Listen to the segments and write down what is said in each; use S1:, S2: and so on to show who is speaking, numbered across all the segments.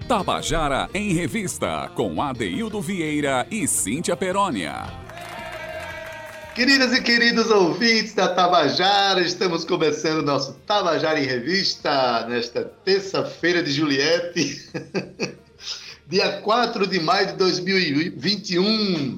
S1: Tabajara em Revista, com Adeildo Vieira e Cíntia Perônia.
S2: Queridas e queridos ouvintes da Tabajara, estamos começando o nosso Tabajara em Revista nesta terça-feira de Juliette, dia 4 de maio de 2021.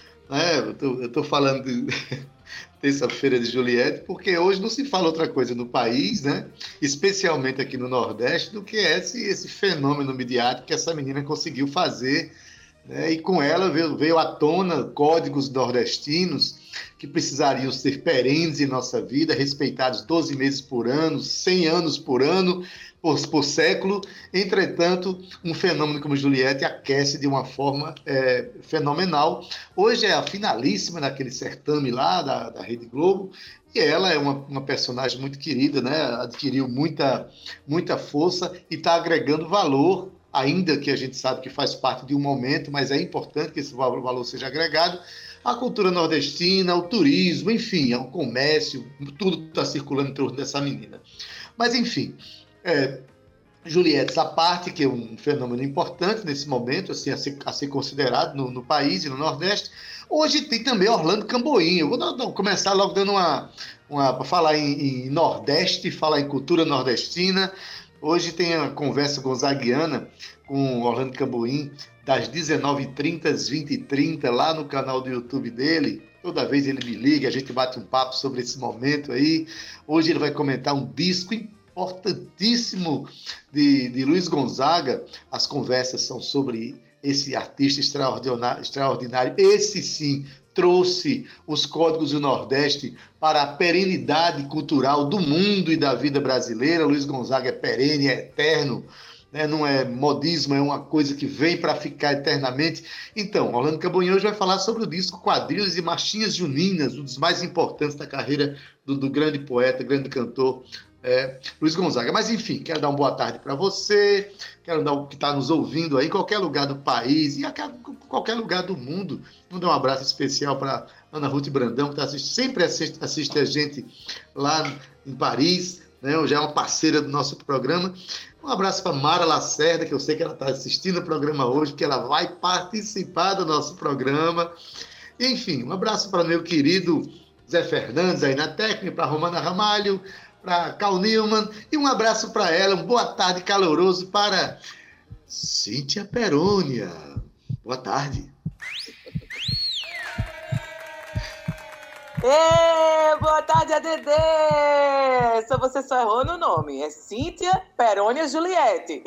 S2: Eu estou falando de terça-feira de Juliette porque hoje não se fala outra coisa no país, né? Especialmente aqui no Nordeste, do que esse fenômeno midiático que essa menina conseguiu fazer, né? E com ela veio à tona códigos nordestinos que precisariam ser perenes em nossa vida, respeitados 12 meses por ano, 100 anos por ano, por século. Entretanto, um fenômeno como Juliette aquece de uma forma fenomenal. Hoje é a finalíssima daquele certame lá da Rede Globo, e ela é uma personagem muito querida, né? Adquiriu muita força e está agregando valor, ainda que a gente sabe que faz parte de um momento, mas é importante que esse valor seja agregado. A cultura nordestina, o turismo, enfim, o comércio, tudo está circulando em torno dessa menina. Mas, enfim, Juliette à parte, que é um fenômeno importante nesse momento, assim, a ser considerado no país e no Nordeste. Hoje tem também Orlando Camboim. Eu vou começar logo dando para falar em Nordeste, falar em cultura nordestina. Hoje tem a conversa gonzaguiana com Orlando Camboim, das 19h30 às 20h30, lá no canal do YouTube dele. Toda vez ele me liga, a gente bate um papo sobre esse momento aí. Hoje ele vai comentar um disco importantíssimo de Luiz Gonzaga. As conversas são sobre esse artista extraordinário. Esse sim trouxe os códigos do Nordeste para a perenidade cultural do mundo e da vida brasileira. Luiz Gonzaga é perene, é eterno, né? Não é modismo, é uma coisa que vem para ficar eternamente. Então, Orlando Camboim hoje vai falar sobre o disco Quadrilhas e Marchinhas Juninas, um dos mais importantes da carreira do grande poeta, grande cantor Luiz Gonzaga. Mas enfim, quero dar uma boa tarde para você, quero dar o que está nos ouvindo aí em qualquer lugar do país e qualquer lugar do mundo. Mandar um abraço especial para Ana Ruth Brandão, que sempre assiste a gente lá em Paris, né? Já é uma parceira do nosso programa. Um abraço para Mara Lacerda, que eu sei que ela está assistindo o programa hoje, que ela vai participar do nosso programa. Enfim, um abraço para meu querido Zé Fernandes aí na técnica, para Romana Ramalho, para Cal Newman, e um abraço para ela, um boa tarde caloroso para Cíntia Perônia. Boa tarde.
S3: Boa tarde, ADD! Você só errou no nome. É Cíntia Perônia Juliette.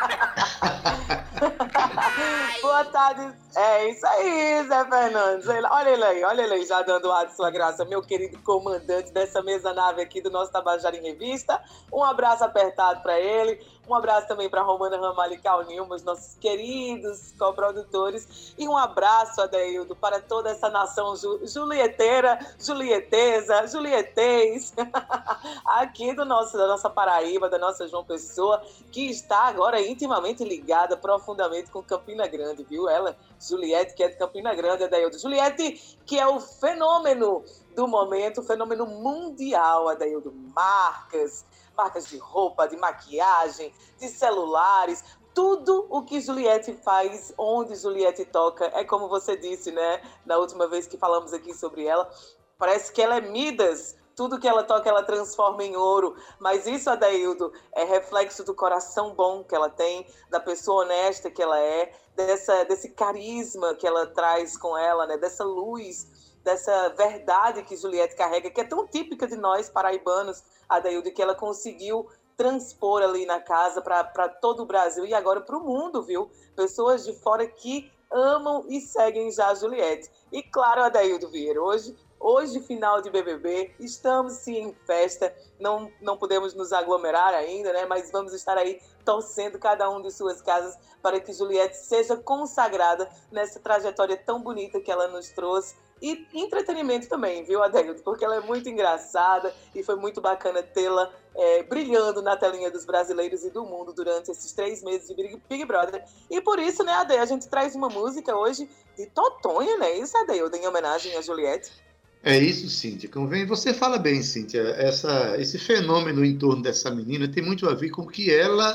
S3: Boa tarde. É isso aí, Zé Fernandes. Olha ele aí, já dando ar de sua graça, meu querido comandante dessa mesa nave aqui do nosso Tabajara em Revista. Um abraço apertado para ele. Um abraço também para Romana Ramalho e Cal Nilma, os nossos queridos coprodutores. E um abraço, Adeildo, para toda essa nação julieteira, julietesa, julietês, aqui da nossa Paraíba, da nossa João Pessoa, que está agora intimamente ligada profundamente com Campina Grande, viu? Ela, Juliette, que é de Campina Grande, Adeildo. Juliette, que é o fenômeno do momento, o fenômeno mundial, Adeildo. Marcas de roupa, de maquiagem, de celulares, tudo o que Juliette faz, onde Juliette toca, é como você disse, né? Na última vez que falamos aqui sobre ela, parece que ela é Midas, tudo que ela toca ela transforma em ouro, mas isso, Adeildo, é reflexo do coração bom que ela tem, da pessoa honesta que ela é, desse carisma que ela traz com ela, né? Dessa luz, dessa verdade que Juliette carrega, que é tão típica de nós paraibanos, Adeildo, que ela conseguiu transpor ali na casa para todo o Brasil e agora para o mundo, viu? Pessoas de fora que amam e seguem já a Juliette. E claro, Adeildo Vieira, hoje final de BBB, estamos sim em festa, não podemos nos aglomerar ainda, né? Mas vamos estar aí torcendo cada um de suas casas para que Juliette seja consagrada nessa trajetória tão bonita que ela nos trouxe. E entretenimento também, viu, Adeildo? Porque ela é muito engraçada e foi muito bacana tê-la brilhando na telinha dos brasileiros e do mundo durante esses 3 meses de Big Brother. E por isso, né, Ade, a gente traz uma música hoje de Totonho, né? Isso, Adeildo, em homenagem a Juliette.
S2: É isso, Cíntia. Convém. Você fala bem, Cíntia. Esse fenômeno em torno dessa menina tem muito a ver com o que ela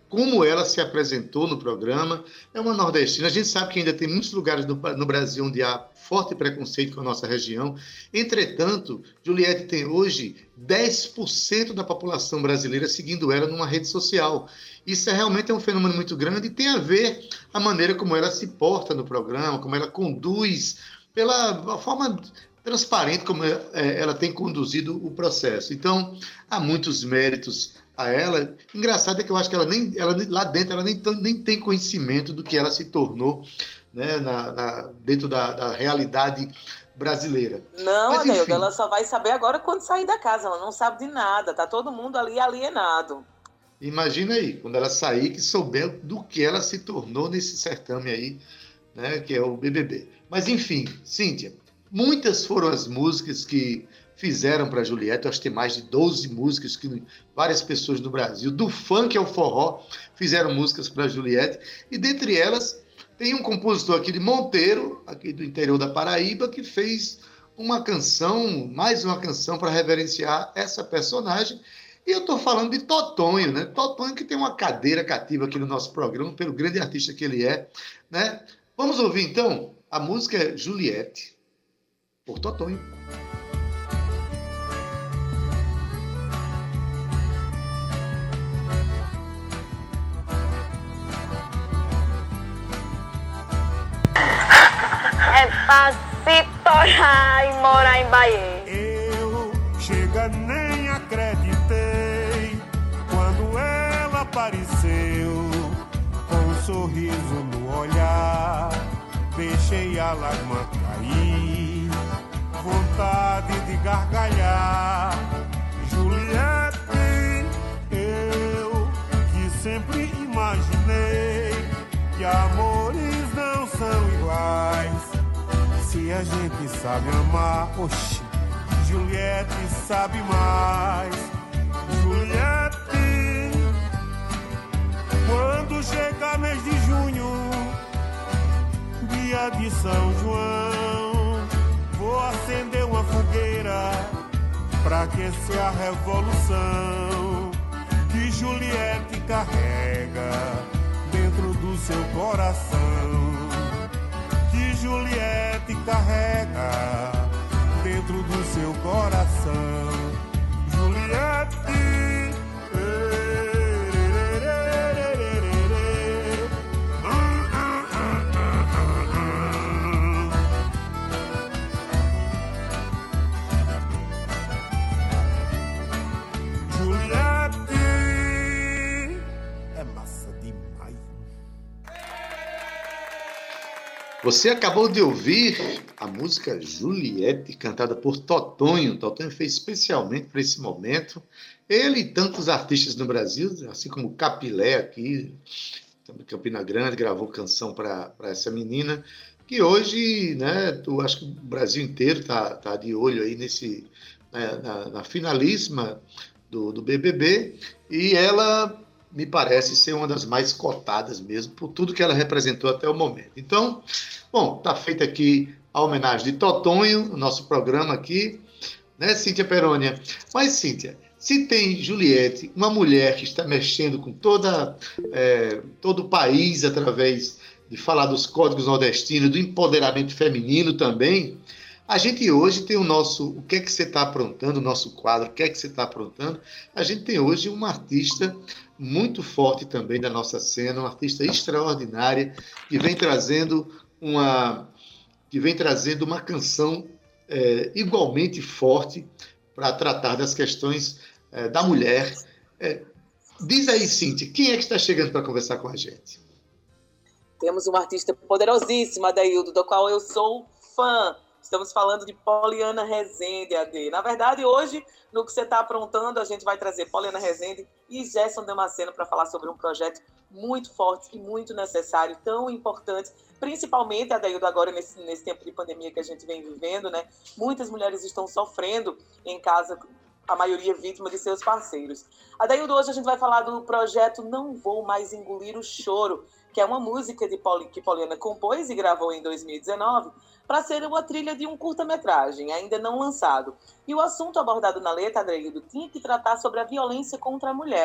S2: como ela se apresentou no programa. É uma nordestina. A gente sabe que ainda tem muitos lugares no Brasil onde há forte preconceito com a nossa região. Entretanto, Juliette tem hoje 10% da população brasileira seguindo ela numa rede social. Isso realmente é um fenômeno muito grande e tem a ver a maneira como ela se porta no programa, como ela conduz, pela forma transparente como ela tem conduzido o processo. Então, há muitos méritos a ela. Engraçado é que eu acho que ela lá dentro ela nem tem conhecimento do que ela se tornou, né, dentro da realidade brasileira.
S3: Não, Adeildo, ela só vai saber agora quando sair da casa, ela não sabe de nada, tá todo mundo ali alienado.
S2: Imagina aí, quando ela sair, que souber do que ela se tornou nesse certame aí, né, que é o BBB. Mas enfim, Cíntia, muitas foram as músicas que fizeram para a Juliette. Eu acho que tem mais de 12 músicas que várias pessoas no Brasil, do funk ao forró, fizeram músicas para a Juliette. E dentre elas, tem um compositor aqui de Monteiro, aqui do interior da Paraíba, que fez uma canção, mais uma canção para reverenciar essa personagem. E eu estou falando de Totonho, né? Totonho que tem uma cadeira cativa aqui no nosso programa, pelo grande artista que ele é, né? Vamos ouvir, então, a música Juliette, por Totonho.
S4: É pra se torrar e morar em Bahia.
S5: Eu chega nem acreditei quando ela apareceu, com um sorriso no olhar, deixei a lágrima cair, vontade de gargalhar. Juliette, eu que sempre imaginei que amores não são iguais. Se a gente sabe amar, oxi, Juliette sabe mais. Juliette, quando chegar mês de junho, dia de São João, vou acender uma fogueira pra aquecer a revolução que Juliette carrega dentro do seu coração. Que Juliette carrega dentro do seu coração. Juliette, Juliette é massa demais.
S2: Você acabou de ouvir a música Juliette, cantada por Totonho. Totonho fez especialmente para esse momento. Ele e tantos artistas no Brasil, assim como Capilé aqui, em Campina Grande, gravou canção para essa menina, que hoje, né, eu acho que o Brasil inteiro tá de olho aí na finalíssima do BBB, e ela me parece ser uma das mais cotadas mesmo, por tudo que ela representou até o momento. Então, bom, está feita aqui a homenagem de Totonho, o nosso programa aqui, né, Cíntia Perônia? Mas, Cíntia, se tem Juliette, uma mulher que está mexendo com todo o país através de falar dos códigos nordestinos, do empoderamento feminino também, a gente hoje tem o que é que você está aprontando, o nosso quadro, o que é que você está aprontando. A gente tem hoje uma artista muito forte também da nossa cena, uma artista extraordinária, que vem trazendo uma canção igualmente forte para tratar das questões da mulher. Diz aí, Cíntia, quem é que está chegando para conversar com a gente?
S3: Temos uma artista poderosíssima, Adeildo, da qual eu sou fã. Estamos falando de Poliana Rezende, AD. Na verdade, hoje, no que você está aprontando, a gente vai trazer Poliana Rezende e Gerson Damasceno para falar sobre um projeto muito forte e muito necessário, tão importante, principalmente, Adeildo, agora nesse tempo de pandemia que a gente vem vivendo, né? Muitas mulheres estão sofrendo em casa, a maioria vítima de seus parceiros. Adeildo, hoje a gente vai falar do projeto Não Vou Mais Engolir o Choro, que é uma música que Poliana compôs e gravou em 2019 para ser uma trilha de um curta-metragem, ainda não lançado. E o assunto abordado na letra, Adeildo, tinha que tratar sobre a violência contra a mulher.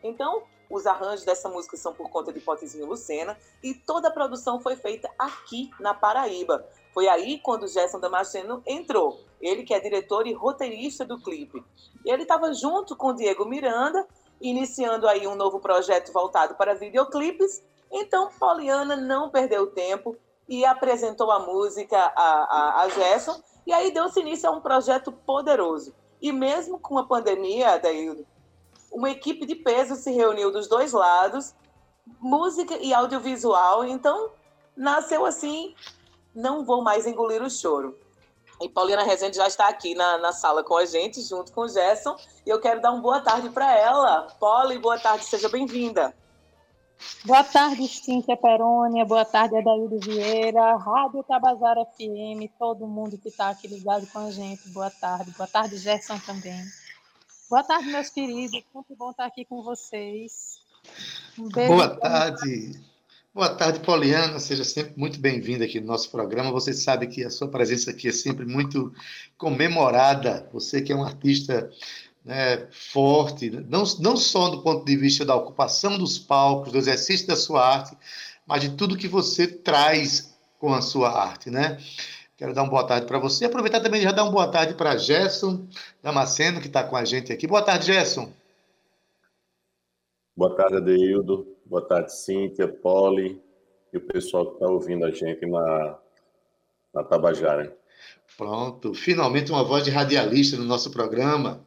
S3: Então, os arranjos dessa música são por conta de Potezinho Lucena e toda a produção foi feita aqui na Paraíba. Foi aí quando o Gerson Damasceno entrou. Ele que é diretor e roteirista do clipe. Ele estava junto com o Diego Miranda, iniciando aí um novo projeto voltado para videoclipes. Então, Poliana não perdeu tempo e apresentou a música a Gerson. E aí deu-se início a um projeto poderoso. E mesmo com a pandemia, Adaildo, uma equipe de peso se reuniu dos dois lados, música e audiovisual. Então, nasceu assim, Não Vou Mais Engolir o Choro. E Poliana Rezende já está aqui na sala com a gente, junto com o Gerson. E eu quero dar uma boa tarde para ela. Poli, boa tarde, seja bem-vinda.
S6: Boa tarde, Cíntia Perônia. Boa tarde, Adaildo Vieira. Rádio Tabajara FM, todo mundo que está aqui ligado com a gente. Boa tarde. Boa tarde, Gerson também. Boa tarde, meus queridos. Muito bom estar aqui com vocês. Um beijo.
S2: Boa tarde. Boa tarde, Poliana. Seja sempre muito bem-vinda aqui no nosso programa. Você sabe que a sua presença aqui é sempre muito comemorada. Você que é um artista, né, forte, não só do ponto de vista da ocupação dos palcos, do exercício da sua arte, mas de tudo que você traz com a sua arte, né? Quero dar uma boa tarde para você. Aproveitar também e já dar uma boa tarde para Gerson Damasceno, que está com a gente aqui. Boa tarde, Gerson.
S7: Boa tarde, Adeildo. Boa tarde, Cíntia, Poli e o pessoal que está ouvindo a gente na Tabajara.
S2: Pronto. Finalmente uma voz de radialista no nosso programa.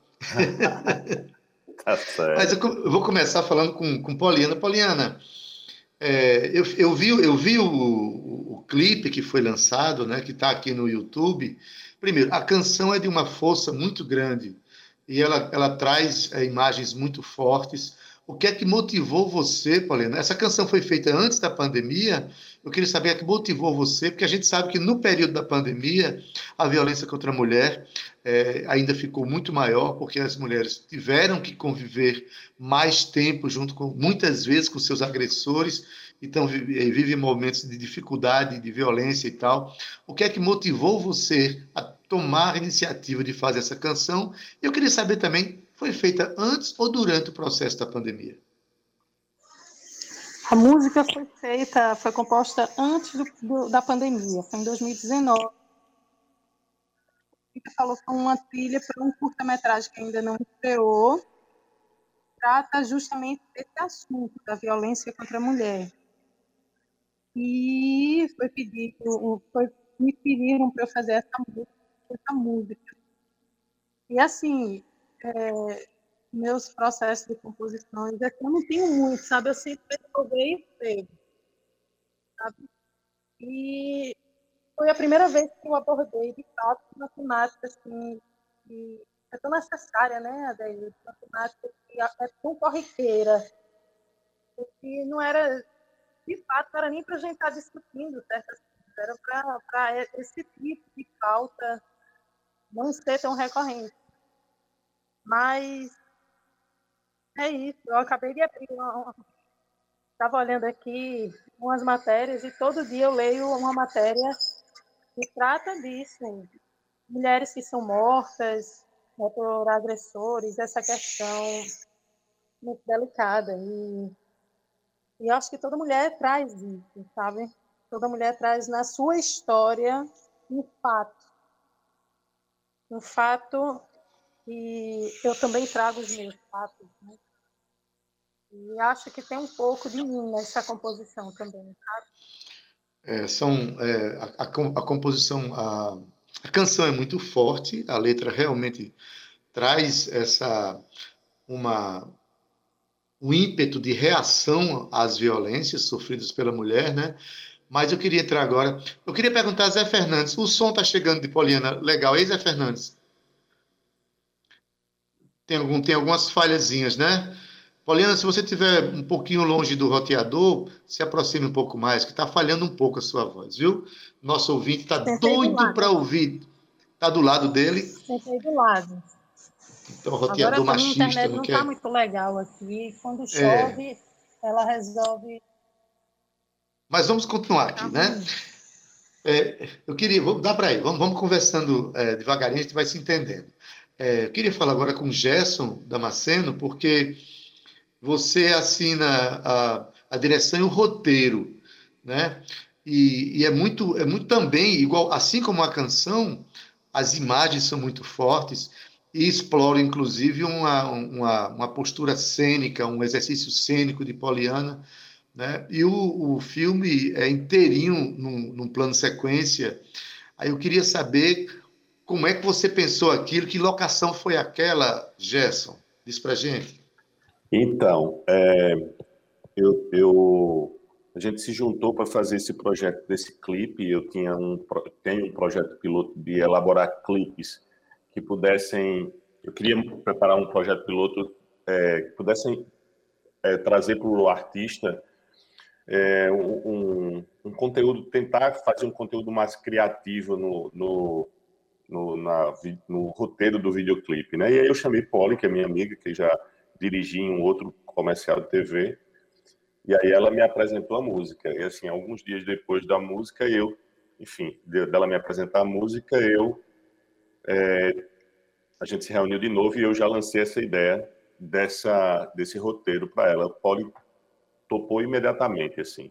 S7: Tá certo.
S2: Mas eu vou começar falando com Poliana. Poliana, eu vi o clipe que foi lançado, né, que está aqui no YouTube. Primeiro, a canção é de uma força muito grande e ela traz imagens muito fortes. O que é que motivou você, Poliana? Essa canção foi feita antes da pandemia. Eu queria saber o que motivou você, porque a gente sabe que no período da pandemia a violência contra a mulher ainda ficou muito maior, porque as mulheres tiveram que conviver mais tempo junto com, muitas vezes, com seus agressores, então vivem momentos de dificuldade, de violência e tal. O que é que motivou você a tomar a iniciativa de fazer essa canção? Eu queria saber também, foi feita antes ou durante o processo da pandemia?
S6: A música foi composta antes da pandemia, foi em 2019. A gente falou com uma trilha para um curta-metragem que ainda não estreou, trata justamente desse assunto, da violência contra a mulher. E me pediram para eu fazer essa música. E assim, meus processos de composições, eu não tenho muito, sabe? Eu sempre resolvi e escrevo, sabe? E foi a primeira vez que eu abordei, de fato, uma temática assim, que é tão necessária, né, Adair? Uma temática que é tão corriqueira, que não era, de fato, não era nem para a gente estar discutindo certas coisas, era para esse tipo de pauta não ser tão recorrente. Mas é isso, eu acabei de abrir estava olhando aqui umas matérias e todo dia eu leio uma matéria que trata disso, mulheres que são mortas, né, por agressores, essa questão muito delicada. E eu acho que toda mulher traz isso, sabe? Toda mulher traz na sua história um fato e eu também trago os meus fatos, né? E acho que tem um pouco de mim nessa composição também, sabe?
S2: A composição, a canção é muito forte, a letra realmente traz um ímpeto de reação às violências sofridas pela mulher, né? Mas eu queria entrar agora, eu queria perguntar a Zé Fernandes, o som está chegando de Poliana legal, aí Zé Fernandes? Tem algumas falhazinhas, né? Poliana, se você estiver um pouquinho longe do roteador, se aproxime um pouco mais, que está falhando um pouco a sua voz, viu? Nosso ouvinte está doido para ouvir. Está do lado dele?
S6: Sentei do lado.
S2: Então, o roteador
S6: agora,
S2: machista
S6: a internet
S2: não
S6: não
S2: quer...
S6: está muito legal aqui. Quando chove, ela resolve...
S2: Mas vamos continuar aqui, né? Dá para ir, vamos conversando devagarinho, a gente vai se entendendo. Eu queria falar agora com o Gerson Damasceno, porque você assina a direção e o roteiro, né? E é muito também, igual, assim como a canção, as imagens são muito fortes e exploram, inclusive, uma postura cênica, um exercício cênico de Poliana, né? E o filme é inteirinho num plano sequência. Aí eu queria saber como é que você pensou aquilo, que locação foi aquela, Gerson? Diz pra gente.
S7: Então, a gente se juntou para fazer esse projeto desse clipe. Tenho um projeto piloto de elaborar clipes que pudessem. Eu queria preparar um projeto piloto que pudessem trazer para o artista um conteúdo, tentar fazer um conteúdo mais criativo no roteiro do videoclipe, né? E aí eu chamei Polly, que é minha amiga, que já dirigi em um outro comercial de TV, e aí ela me apresentou a música. E assim, alguns dias depois da música, dela me apresentar a música, a gente se reuniu de novo e eu já lancei essa ideia desse roteiro para ela. Polly topou imediatamente, assim.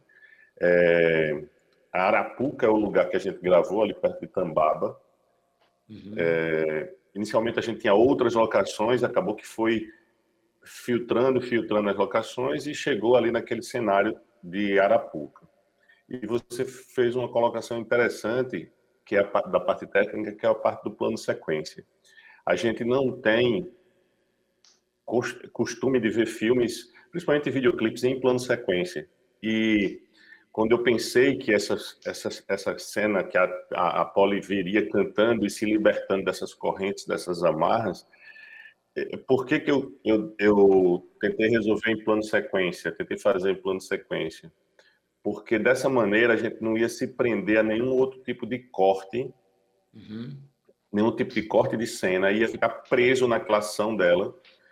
S7: A Arapuca é o lugar que a gente gravou, ali perto de Tambaba. Uhum. Inicialmente a gente tinha outras locações, acabou que foi filtrando as locações e chegou ali naquele cenário de Arapuca. E você fez uma colocação interessante, que é da parte técnica, que é a parte do plano sequência. A gente não tem costume de ver filmes, principalmente videoclipes, em plano sequência. E quando eu pensei que essa cena que a Polly viria cantando e se libertando dessas correntes, dessas amarras, por que eu tentei resolver em plano sequência, tentei fazer em plano sequência? Porque dessa maneira a gente não ia se prender a nenhum outro tipo de corte, nenhum tipo de corte de cena, ia ficar preso naquela ação dela.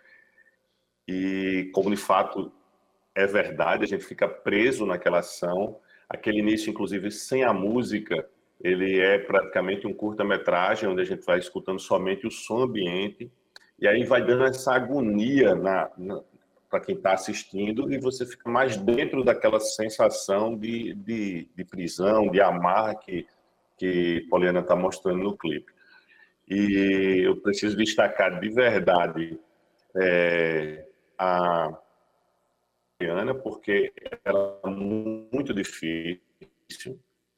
S7: E como de fato é verdade, a gente fica preso naquela ação. Aquele início, inclusive, sem a música, ele é praticamente um curta-metragem, onde a gente vai escutando somente o som ambiente, e aí vai dando essa agonia para quem está assistindo, e você fica mais dentro daquela sensação de prisão, de amarra que Poliana está mostrando no clipe. E eu preciso destacar de verdade a Poliana, porque ela é muito difícil.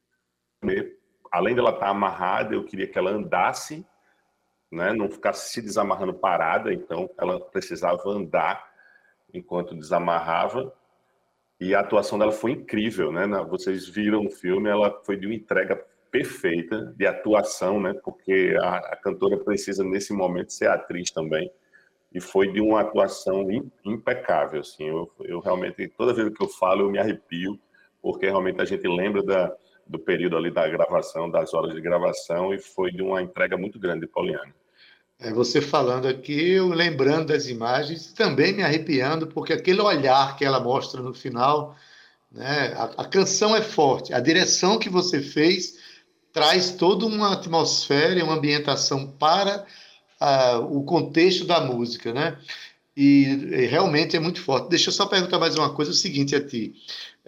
S7: Além dela estar amarrada, eu queria que ela andasse, né, não ficasse se desamarrando parada, então ela precisava andar enquanto desamarrava, e a atuação dela foi incrível, né? Vocês viram o filme, ela foi de uma entrega perfeita de atuação, né? Porque a cantora precisa nesse momento ser atriz também, e foi de uma atuação impecável, assim. Eu realmente, toda vez que eu falo, eu me arrepio, porque realmente a gente lembra do período ali da gravação, das horas de gravação, e foi de uma entrega muito grande de Poliana.
S2: Você falando aqui, eu lembrando das imagens, também me arrepiando, porque aquele olhar que ela mostra no final, né, a canção é forte, a direção que você fez traz toda uma atmosfera e uma ambientação para o contexto da música, né? E realmente é muito forte. Deixa eu só perguntar mais uma coisa, o seguinte a ti.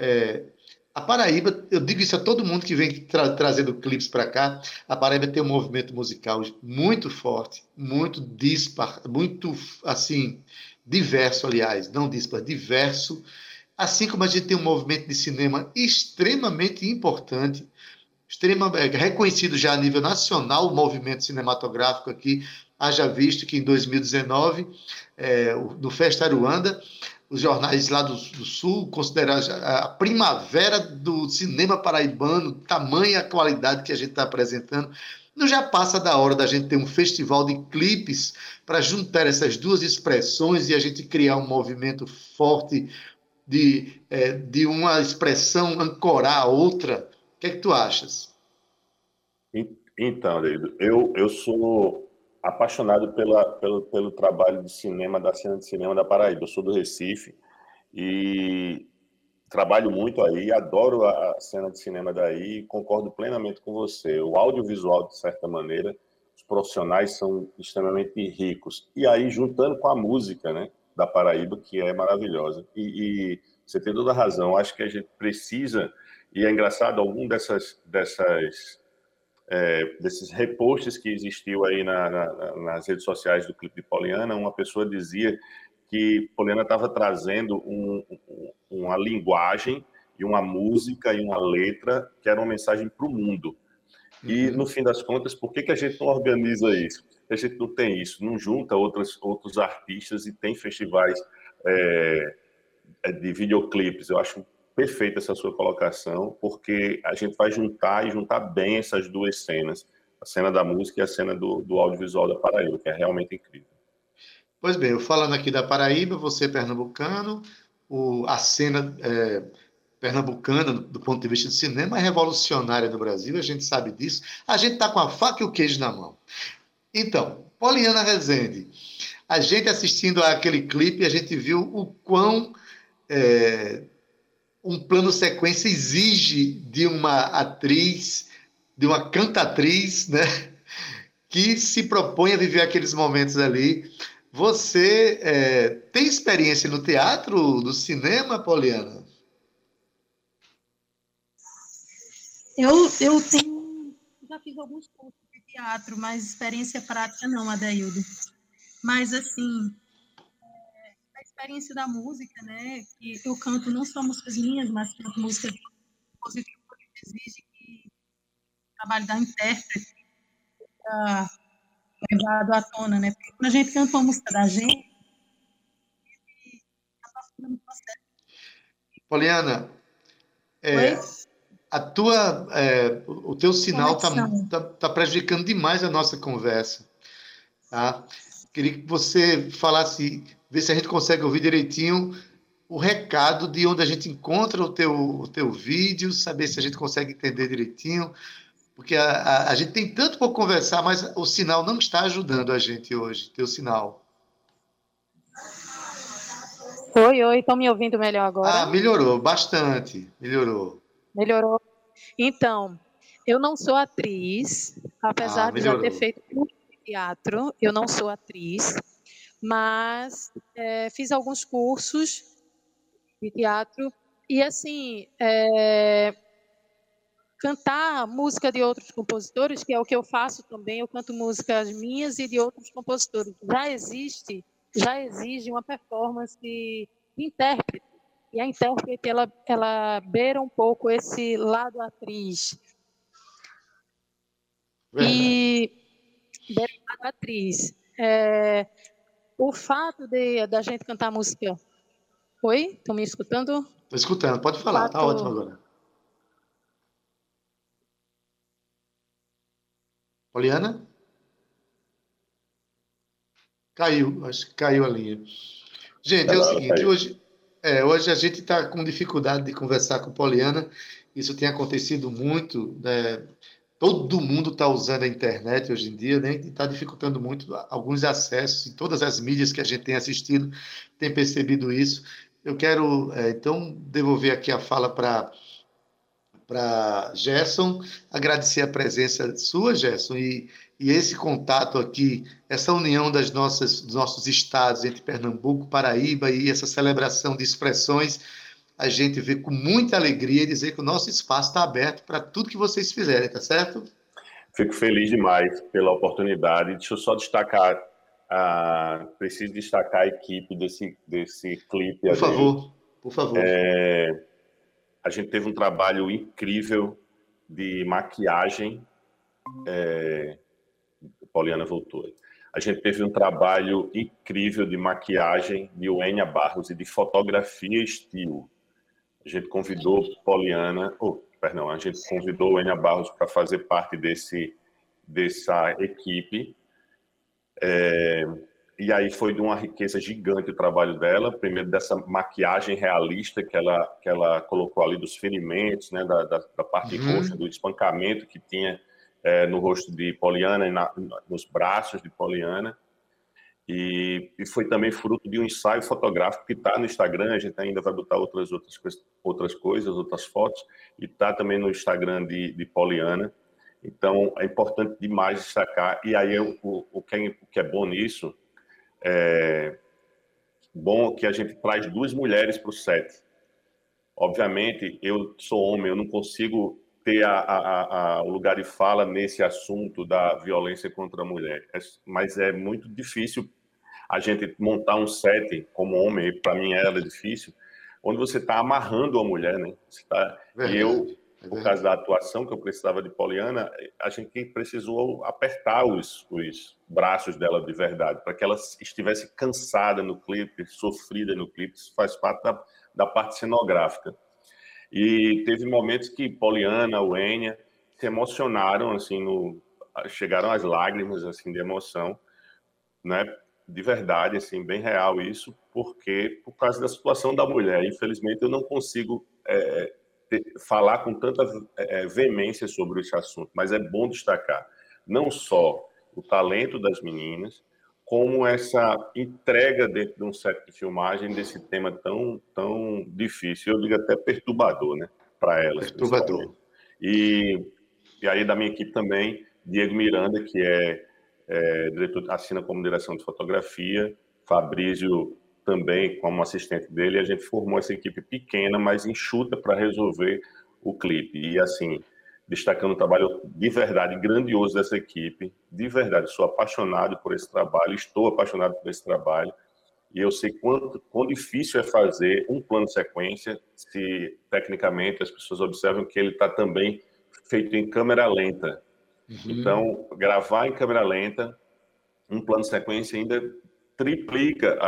S2: A Paraíba, eu digo isso a todo mundo que vem trazendo clipes para cá, a Paraíba tem um movimento musical muito forte, muito dispar, muito, assim, diverso, aliás, não dispar, diverso, assim como a gente tem um movimento de cinema extremamente importante, reconhecido já a nível nacional, o movimento cinematográfico aqui, haja visto que em 2019, no Festa Aruanda, os jornais lá do Sul consideraram a primavera do cinema paraibano, tamanha qualidade que a gente está apresentando. Não já passa da hora da gente ter um festival de clipes para juntar essas duas expressões e a gente criar um movimento forte de uma expressão ancorar a outra? O que é que tu achas?
S7: Então, David, eu sou apaixonado pelo trabalho de cinema, da cena de cinema da Paraíba. Eu sou do Recife e trabalho muito aí, adoro a cena de cinema daí e concordo plenamente com você. O audiovisual, de certa maneira, os profissionais são extremamente ricos. E aí, juntando com a música, né? da Paraíba, que é maravilhosa. E você tem toda a razão, acho que a gente precisa, e é engraçado, algum desses reposts que existiu aí nas redes sociais do clipe de Poliana, uma pessoa dizia que Poliana estava trazendo uma linguagem e uma música e uma letra que era uma mensagem para o mundo. E, no fim das contas, por que a gente não organiza isso? A gente não tem isso, não junta outros artistas e tem festivais de videoclipes. Eu acho perfeita essa sua colocação, porque a gente vai juntar bem essas duas cenas, a cena da música e a cena do audiovisual da Paraíba, que é realmente incrível.
S2: Pois bem, eu falando aqui da Paraíba, você é pernambucano, a cena pernambucana, do ponto de vista do cinema, é revolucionária no Brasil, a gente sabe disso. A gente está com a faca e o queijo na mão. Então, Poliana Rezende, a gente assistindo àquele clipe, a gente viu o quão um plano sequência exige de uma atriz, de uma cantatriz, né, que se propõe a viver aqueles momentos ali. Você tem experiência no teatro, no cinema, Poliana?
S6: Eu já fiz alguns cursos de teatro, mas experiência prática não, Adaildo. Mas, assim, a experiência da música, né, que eu canto não só músicas minhas, mas canto músicas de compositores, exige que o trabalho da intérprete seja levado à tona, né? Porque quando a gente canta uma música da gente, está passando no processo.
S2: Poliana, o teu sinal está prejudicando demais a nossa conversa. Tá? Queria que você falasse, ver se a gente consegue ouvir direitinho o recado de onde a gente encontra o teu vídeo, saber se a gente consegue entender direitinho, porque a gente tem tanto por conversar, mas o sinal não está ajudando a gente hoje, teu sinal.
S6: Oi, estão me ouvindo melhor agora?
S2: Melhorou, bastante, melhorou.
S6: Melhorou. Então, eu não sou atriz, apesar de já ter feito curso de teatro, eu não sou atriz, mas fiz alguns cursos de teatro e, assim, cantar música de outros compositores, que é o que eu faço também, eu canto músicas minhas e de outros compositores. Já exige uma performance de intérprete. E a intérprete, ela beira um pouco esse lado atriz. E beira o lado atriz. O fato da gente cantar música... Oi? Estão me escutando?
S2: Estou escutando, pode falar, está ótimo agora. Poliana? Caiu, acho que caiu a linha. Gente, é o seguinte, hoje a gente está com dificuldade de conversar com Poliana, isso tem acontecido muito, né? Todo mundo está usando a internet hoje em dia, né? E está dificultando muito alguns acessos, e todas as mídias que a gente tem assistido têm percebido isso. Eu quero, então, devolver aqui a fala para Gerson, agradecer a presença sua, Gerson, e esse contato aqui, essa união dos nossos estados entre Pernambuco, Paraíba e essa celebração de expressões, a gente vê com muita alegria e dizer que o nosso espaço está aberto para tudo que vocês fizerem, tá certo?
S7: Fico feliz demais pela oportunidade. Deixa eu só destacar, preciso destacar a equipe desse clipe.
S2: Por favor.
S7: A gente teve um trabalho incrível de maquiagem. Poliana voltou. A gente teve um trabalho incrível de maquiagem de Wênia Barros e de fotografia estilo. A gente convidou a gente convidou Wênia Barros para fazer parte dessa equipe. E aí foi de uma riqueza gigante o trabalho dela, primeiro dessa maquiagem realista que ela colocou ali dos ferimentos, né, da parte roxa, do espancamento que tinha no rosto de Poliana e nos braços de Poliana. E foi também fruto de um ensaio fotográfico que está no Instagram, a gente ainda vai botar outras coisas, outras fotos, e está também no Instagram de Poliana. Então, é importante demais destacar. E aí, o que é bom nisso bom que a gente traz 2 mulheres para o set. Obviamente, eu sou homem, eu não consigo ter o lugar de fala nesse assunto da violência contra a mulher. Mas é muito difícil a gente montar um set como homem, para mim é difícil, onde você está amarrando a mulher, né? E eu, por causa da atuação que eu precisava de Poliana, a gente precisou apertar os braços dela de verdade, para que ela estivesse cansada no clipe, sofrida no clipe. Isso faz parte da parte cenográfica. E teve momentos que Poliana, o Enya, se emocionaram, assim, chegaram às lágrimas, assim, de emoção, né? De verdade, assim, bem real isso, porque por causa da situação da mulher, infelizmente eu não consigo falar com tanta veemência sobre esse assunto, mas é bom destacar não só o talento das meninas, como essa entrega dentro de um set de filmagem desse tema tão difícil, eu digo até perturbador, né, para elas.
S2: Perturbador.
S7: E aí da minha equipe também, Diego Miranda, que diretor, assina como direção de fotografia, Fabrício também como assistente dele, e a gente formou essa equipe pequena, mas enxuta para resolver o clipe. E assim, destacando o trabalho de verdade grandioso dessa equipe, de verdade, sou apaixonado por esse trabalho, estou apaixonado por esse trabalho, e eu sei quão difícil é fazer um plano de sequência, se tecnicamente as pessoas observam que ele está também feito em câmera lenta. Então, gravar em câmera lenta, um plano de sequência ainda triplica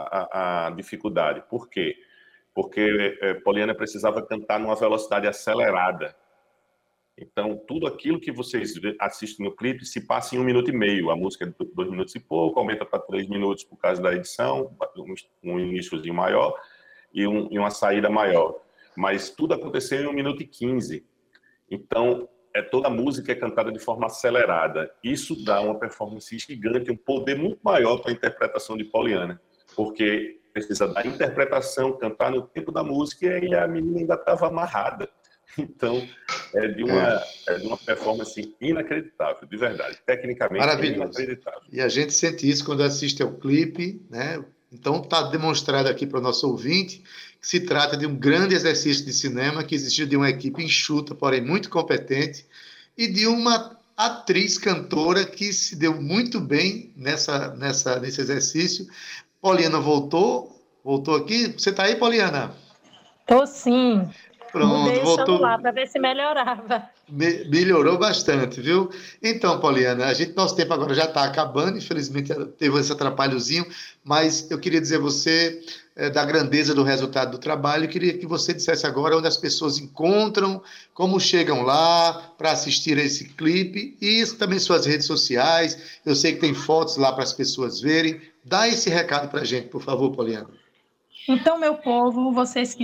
S7: a dificuldade. Por quê? Porque Poliana precisava cantar numa velocidade acelerada. Então, tudo aquilo que vocês assistem no clipe se passa em 1 minuto e meio. A música é de 2 minutos e pouco, aumenta para 3 minutos por causa da edição, um iníciozinho maior e uma saída maior. Mas tudo aconteceu em 1 minuto e 15. Então, toda a música é cantada de forma acelerada. Isso dá uma performance gigante, um poder muito maior para a interpretação de Poliana, porque precisa da interpretação, cantar no tempo da música, e a menina ainda estava amarrada. Então, é de uma performance inacreditável, de verdade. Tecnicamente, é inacreditável.
S2: E a gente sente isso quando assiste ao clipe, né? Então, está demonstrado aqui para o nosso ouvinte que se trata de um grande exercício de cinema que existiu de uma equipe enxuta, porém muito competente, e de uma atriz cantora que se deu muito bem nesse exercício. Poliana voltou aqui. Você está aí, Poliana?
S6: Tô sim.
S2: Pronto,
S6: mudei o
S2: voltou.
S6: celular para ver se melhorava.
S2: Melhorou bastante, viu? Então, Poliana, nosso tempo agora já está acabando, infelizmente teve esse atrapalhozinho, mas eu queria dizer a você da grandeza do resultado do trabalho, eu queria que você dissesse agora onde as pessoas encontram, como chegam lá para assistir a esse clipe, e também suas redes sociais, eu sei que tem fotos lá para as pessoas verem. Dá esse recado para a gente, por favor, Poliana.
S6: Então, meu povo,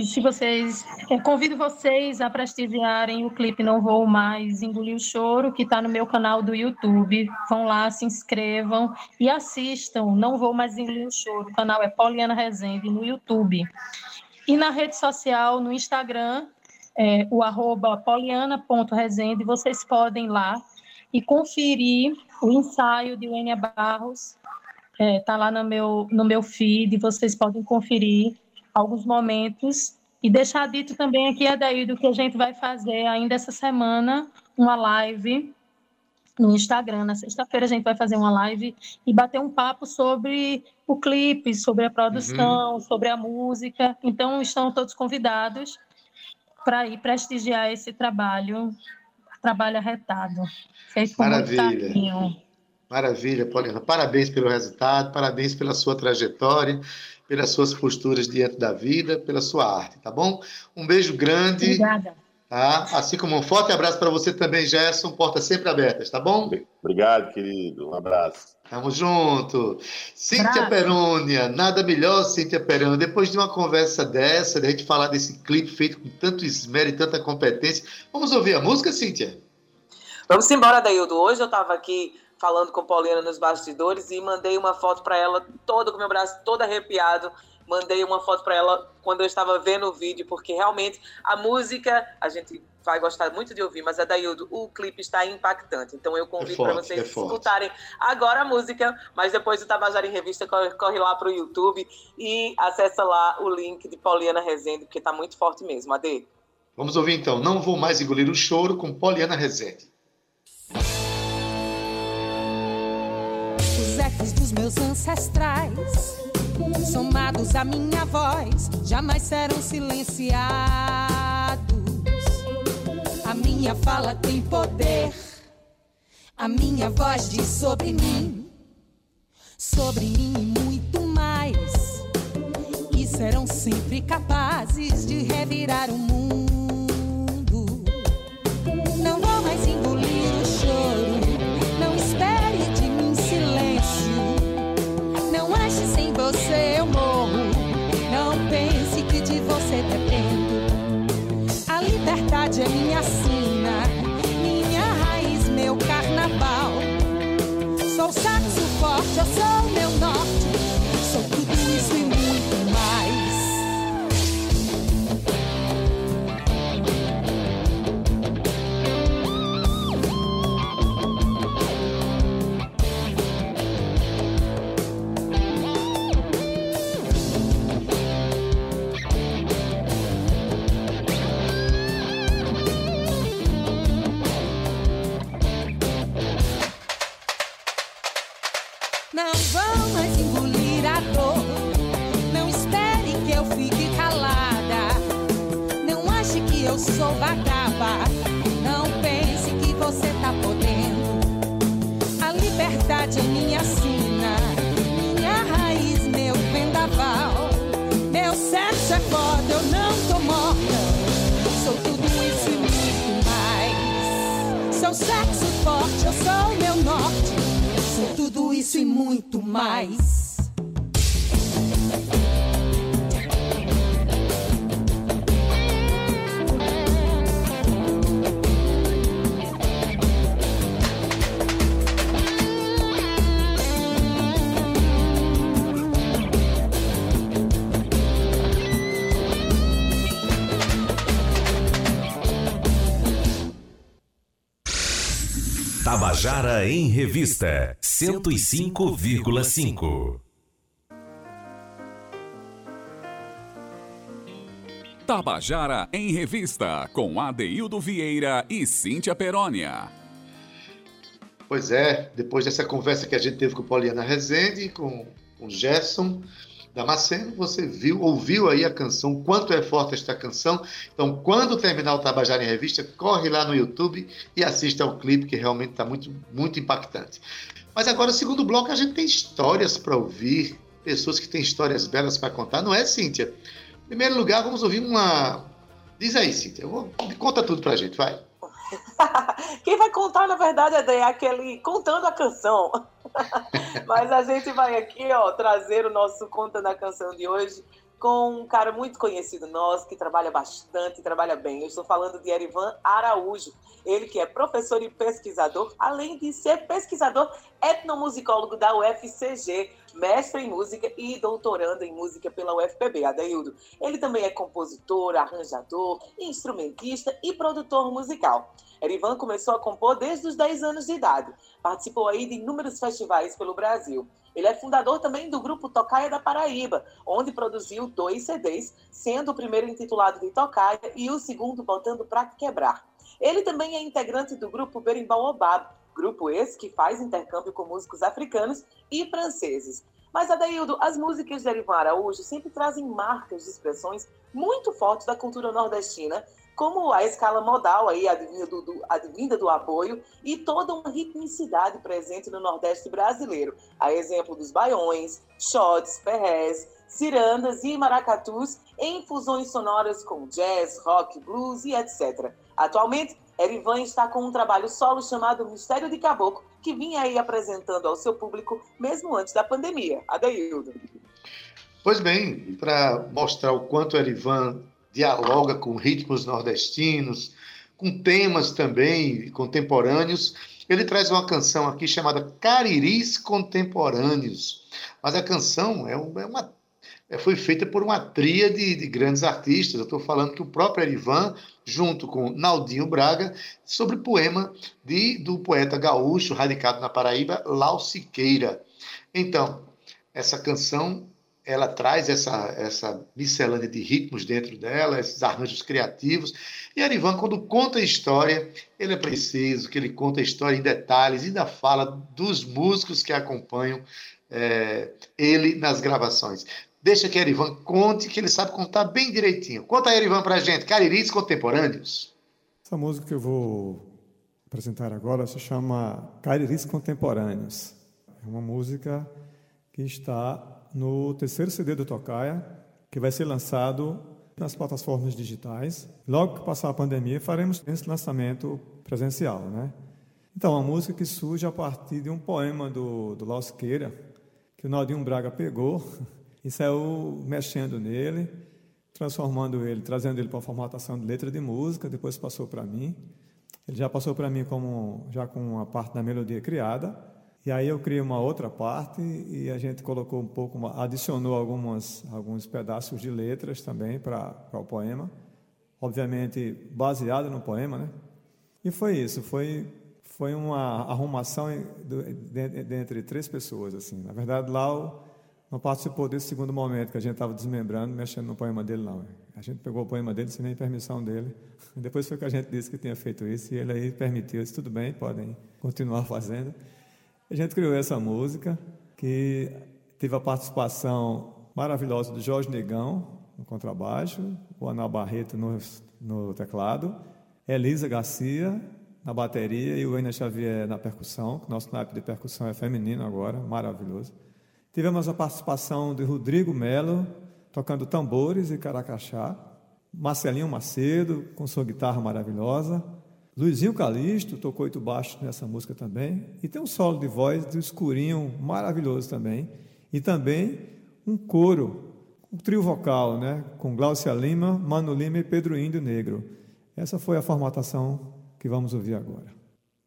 S6: convido vocês a prestigiarem o clipe Não Vou Mais Engolir o Choro, que está no meu canal do YouTube. Vão lá, se inscrevam e assistam Não Vou Mais Engolir o Choro. O canal é Poliana Rezende no YouTube. E na rede social, no Instagram, o @poliana.rezende, vocês podem ir lá e conferir o ensaio de Enya Barros. Tá lá no meu feed, vocês podem conferir alguns momentos. E deixar dito também aqui, Adaildo, que a gente vai fazer ainda essa semana uma live no Instagram. Na sexta-feira a gente vai fazer uma live e bater um papo sobre o clipe, sobre a produção, sobre a música. Então, estão todos convidados para ir prestigiar esse trabalho arretado, feito com muito carinho.
S2: Maravilha, Poliana. Parabéns pelo resultado, parabéns pela sua trajetória, pelas suas posturas diante da vida, pela sua arte, tá bom? Um beijo grande.
S6: Obrigada.
S2: Tá? Assim como um forte abraço para você também, Gerson. Portas sempre abertas, tá bom?
S7: Obrigado, querido. Um abraço.
S2: Tamo junto. Cíntia Perônia, nada melhor, Cíntia Perônia. Depois de uma conversa dessa, de a gente falar desse clipe feito com tanto esmero e tanta competência, vamos ouvir a música, Cíntia?
S3: Vamos embora, Adaildo. Hoje eu estava aqui falando com Poliana nos bastidores e mandei uma foto para ela, toda com meu braço todo arrepiado, Mandei uma foto para ela quando eu estava vendo o vídeo, porque realmente a música a gente vai gostar muito de ouvir, mas Adaildo, o clipe está impactante. Então eu convido para vocês escutarem agora a música, mas depois do Tabajara em Revista, corre lá para o YouTube e acessa lá o link de Poliana Rezende, porque está muito forte mesmo, Ade.
S2: Vamos ouvir então, Não Vou Mais Engolir o Choro, com Poliana Rezende.
S8: Os ecos dos meus ancestrais, somados à minha voz, jamais serão silenciados. A minha fala tem poder, a minha voz diz sobre mim e muito mais. E serão sempre capazes de revirar o mundo. Não vou mais engolir o choro, não espere de mim silêncio. Não ache sem você eu morro, não pense que de você dependo. A liberdade é minha sina, minha raiz, meu carnaval. Sou saxo forte, eu sou meu norte, sou tudo isso e muito mais. Não vão mais engolir a dor, não espere que eu fique calada. Não ache que eu sou vagaba, não pense que você tá podendo. A liberdade é minha sina, minha raiz, meu vendaval. Meu sexo é foda, eu não tô morta, sou tudo isso e muito mais. Sou sexo forte, eu sou meu norte, sou tudo isso e muito mais.
S9: Tabajara em Revista 105,5.
S1: Tabajara em Revista, com Adeildo Vieira e Cíntia Perônia.
S2: Pois é, depois dessa conversa que a gente teve com Poliana Rezende, com Gerson Damasceno, você ouviu aí a canção, quanto é forte esta canção. Então, quando terminar o Tabajara em Revista, corre lá no YouTube e assista ao clipe, que realmente está muito, muito impactante. Mas agora, no segundo bloco, a gente tem histórias para ouvir, pessoas que têm histórias belas para contar, não é, Cíntia? Em primeiro lugar, vamos ouvir uma... Diz aí, Cíntia, conta tudo para a gente, vai.
S3: Quem vai contar, na verdade, é aquele contando a canção. Mas a gente vai aqui, trazer o nosso Contando a Canção de hoje com um cara muito conhecido nosso, que trabalha bastante, trabalha bem. Eu estou falando de Erivan Araújo. Ele que é professor e pesquisador, além de ser pesquisador etnomusicólogo da UFCG, mestre em música e doutorando em música pela UFPB, Adaildo. Ele também é compositor, arranjador, instrumentista e produtor musical. Erivan começou a compor desde os 10 anos de idade. Participou aí de inúmeros festivais pelo Brasil. Ele é fundador também do grupo Tocaia da Paraíba, onde produziu 2 CDs, sendo o primeiro intitulado de Tocaia e o segundo Botando Pra Quebrar. Ele também é integrante do grupo Berimbau Obab, grupo esse que faz intercâmbio com músicos africanos e franceses. Mas, Adaildo, as músicas de Erivan Araújo sempre trazem marcas de expressões muito fortes da cultura nordestina, como a escala modal, aí, advinda do aboio, e toda uma ritmicidade presente no Nordeste brasileiro, a exemplo dos baiões, shots, perrés, cirandas e maracatus, em fusões sonoras com jazz, rock, blues e etc. Atualmente, Erivan está com um trabalho solo chamado Mistério de Caboclo, que vinha aí apresentando ao seu público mesmo antes da pandemia. Adaildo.
S2: Pois bem, para mostrar o quanto Erivan dialoga com ritmos nordestinos, com temas também contemporâneos, ele traz uma canção aqui chamada Cariris Contemporâneos. Mas a canção é foi feita por uma tríade de grandes artistas. Eu estou falando que o próprio Erivan, junto com Naldinho Braga, sobre poema do poeta gaúcho, radicado na Paraíba, Lau Siqueira. Então, essa canção, ela traz essa miscelânea de ritmos dentro dela, esses arranjos criativos. E Erivan, quando conta a história, ele é preciso, que ele conta a história em detalhes, ainda fala dos músicos que acompanham ele nas gravações. Deixa que Erivan conte, que ele sabe contar bem direitinho. Conta aí, Erivan, pra gente. Cariris Contemporâneos.
S10: Essa música que eu vou apresentar agora se chama Cariris Contemporâneos. É uma música que está no terceiro CD do Tocaia, que vai ser lançado nas plataformas digitais. Logo que passar a pandemia, faremos esse lançamento presencial, né? Então, uma música que surge a partir de um poema do Lau Siqueira, que o Naldinho Braga pegou e saiu mexendo nele, transformando ele, trazendo ele para uma formatação de letra de música, depois passou para mim. Ele já passou para mim já com a parte da melodia criada, e aí eu criei uma outra parte e a gente colocou adicionou alguns pedaços de letras também para o poema, obviamente baseado no poema, né? E foi isso, foi uma arrumação entre três pessoas, assim. Na verdade, Lau não participou desse segundo momento que a gente estava desmembrando, mexendo no poema dele, não. A gente pegou o poema dele sem nem permissão dele. Depois foi que a gente disse que tinha feito isso, e ele aí permitiu. Disse, tudo bem, podem continuar fazendo. A gente criou essa música, que teve a participação maravilhosa do Jorge Negão, no contrabaixo, o Anal Barreto no teclado, Elisa Garcia na bateria e o Ener Xavier na percussão, que nosso naipe de percussão é feminino agora, maravilhoso. Tivemos a participação de Rodrigo Melo, tocando tambores e caracaxá, Marcelinho Macedo, com sua guitarra maravilhosa, Luizinho Calixto tocou 8 baixos nessa música também, e tem um solo de voz do Escurinho maravilhoso também, e também um coro, um trio vocal, né, com Glaucia Lima, Mano Lima e Pedro Índio Negro. Essa foi a formatação que vamos ouvir agora.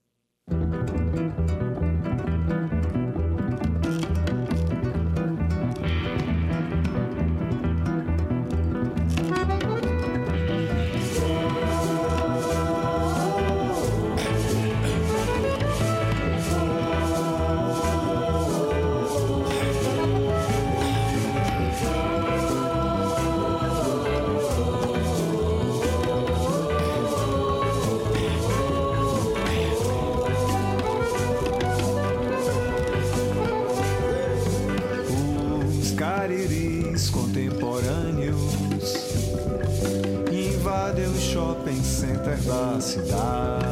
S11: Cariris contemporâneos invadem o shopping center da cidade,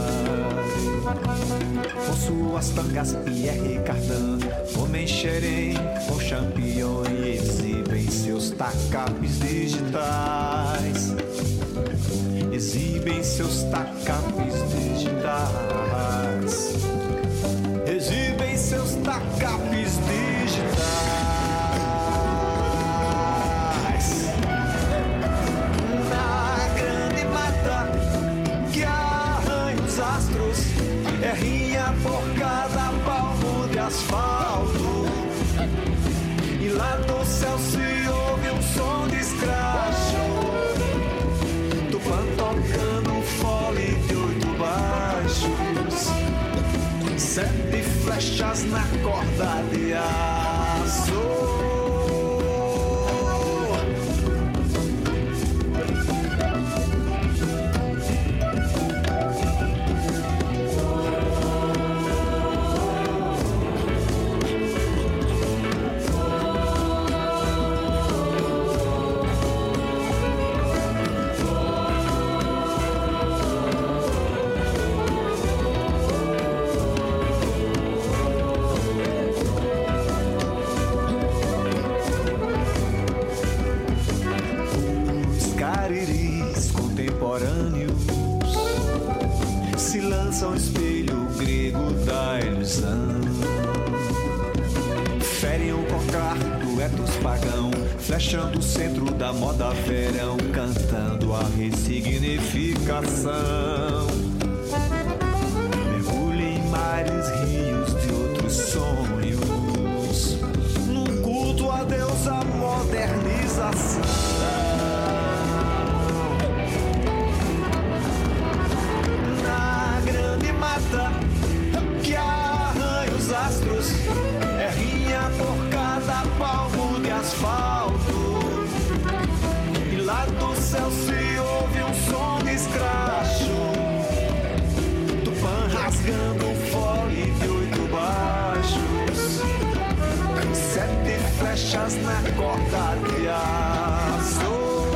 S11: com suas tangas Pierre Cardin, Homem Xerém, com Champion, e exibem seus tacapes digitais. Exibem seus tacapes digitais. Exibem seus tacapes digitais. Por cada palmo de asfalto, e lá do céu se ouve um som de escracho, Tupã tocando fole de 8 baixos, 7 flechas na corda de aço. Se lança um espelho grego da ilusão, ferem o cocar duetos pagão, flechando o centro da moda verão, cantando a ressignificação. Mergulhem em mares, rios de outros sonhos, num culto a deusa modernização. céu se ouve um som de escracho, Tupã rasgando um fole de 8 baixos, 7 flechas na corda de aço.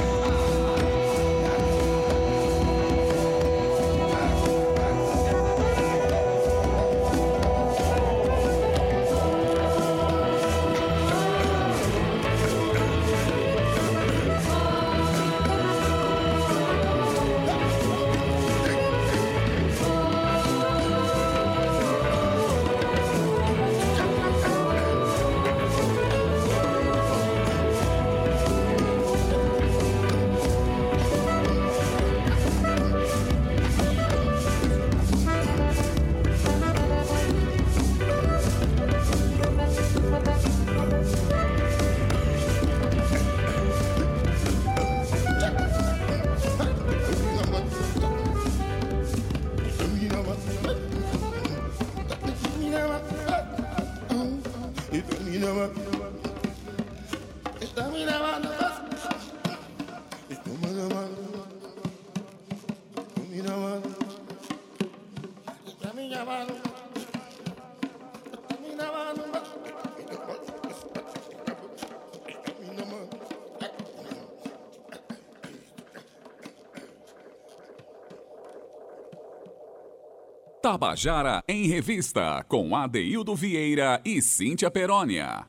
S1: Tabajara em Revista, com Adeildo Vieira e Cíntia Perônia.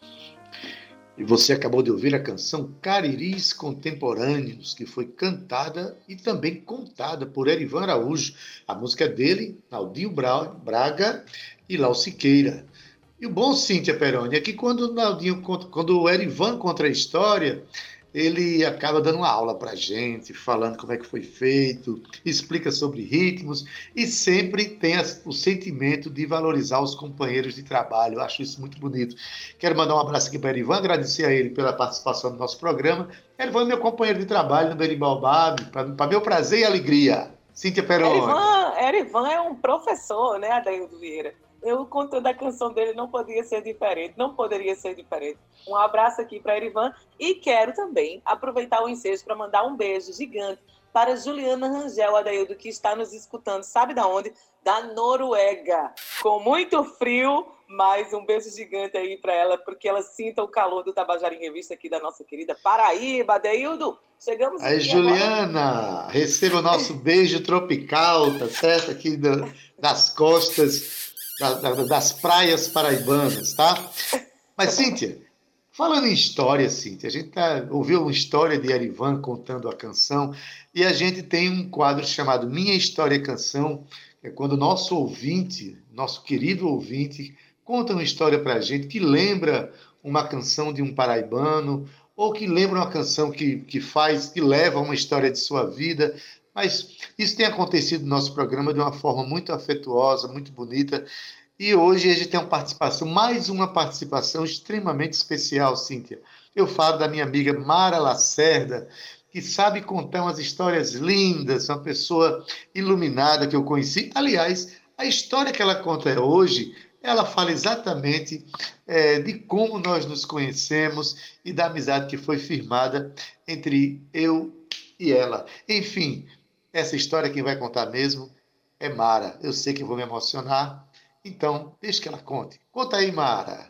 S2: E você acabou de ouvir a canção Cariris Contemporâneos, que foi cantada e também contada por Erivan Araújo. A música é dele, Naldinho Braga e Lau Siqueira. E o bom, Cíntia Perônia, é que quando o Erivan conta a história, ele acaba dando uma aula para a gente, falando como é que foi feito, explica sobre ritmos e sempre tem o sentimento de valorizar os companheiros de trabalho. Eu acho isso muito bonito. Quero mandar um abraço aqui para Erivan, agradecer a ele pela participação no nosso programa. Erivan é meu companheiro de trabalho no Berimbau, para meu prazer e alegria. Cíntia Perônia.
S3: Erivan é um professor, né, Adeildo Vieira? Eu contando a canção dele não poderia ser diferente. Um abraço aqui para Erivan e quero também aproveitar o ensejo para mandar um beijo gigante para Juliana Rangel, Adeildo, que está nos escutando, sabe da onde? Da Noruega, com muito frio, mas um beijo gigante aí para ela, porque ela sinta o calor do Tabajara em Revista aqui da nossa querida Paraíba. Adeildo, chegamos
S2: aí, Juliana, agora. Receba o nosso beijo tropical, tá certo? Aqui das costas das praias paraibanas, tá? Mas, Cíntia, falando em história, Cíntia, a gente ouviu uma história de Erivan contando a canção e a gente tem um quadro chamado Minha História Canção, que é quando o nosso ouvinte, nosso querido ouvinte, conta uma história pra gente que lembra uma canção de um paraibano ou que lembra uma canção que leva a uma história de sua vida. Mas isso tem acontecido no nosso programa de uma forma muito afetuosa, muito bonita. E hoje a gente tem mais uma participação extremamente especial, Cíntia. Eu falo da minha amiga Mara Lacerda, que sabe contar umas histórias lindas, uma pessoa iluminada que eu conheci. Aliás, a história que ela conta hoje, ela fala exatamente de como nós nos conhecemos e da amizade que foi firmada entre eu e ela. Enfim, essa história quem vai contar mesmo é Mara. Eu sei que vou me emocionar, então deixa que ela conte. Conta aí, Mara.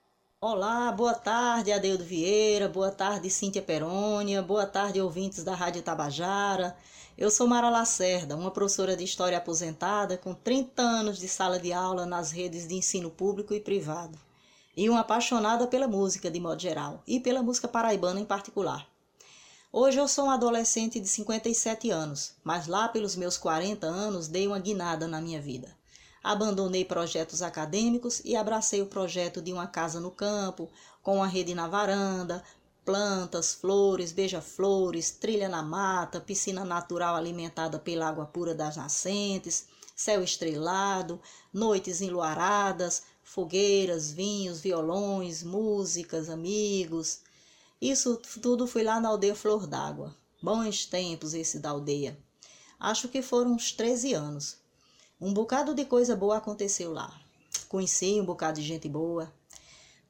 S12: Olá, boa tarde, Adeildo Vieira, boa tarde, Cíntia Perônia, boa tarde, ouvintes da Rádio Tabajara. Eu sou Mara Lacerda, uma professora de História aposentada com 30 anos de sala de aula nas redes de ensino público e privado, e uma apaixonada pela música de modo geral, e pela música paraibana em particular. Hoje eu sou um adolescente de 57 anos, mas lá pelos meus 40 anos dei uma guinada na minha vida. Abandonei projetos acadêmicos e abracei o projeto de uma casa no campo, com uma rede na varanda, plantas, flores, beija-flores, trilha na mata, piscina natural alimentada pela água pura das nascentes, céu estrelado, noites enluaradas, fogueiras, vinhos, violões, músicas, amigos. Isso tudo foi lá na aldeia Flor d'Água. Bons tempos esse da aldeia. Acho que foram uns 13 anos. Um bocado de coisa boa aconteceu lá. Conheci um bocado de gente boa.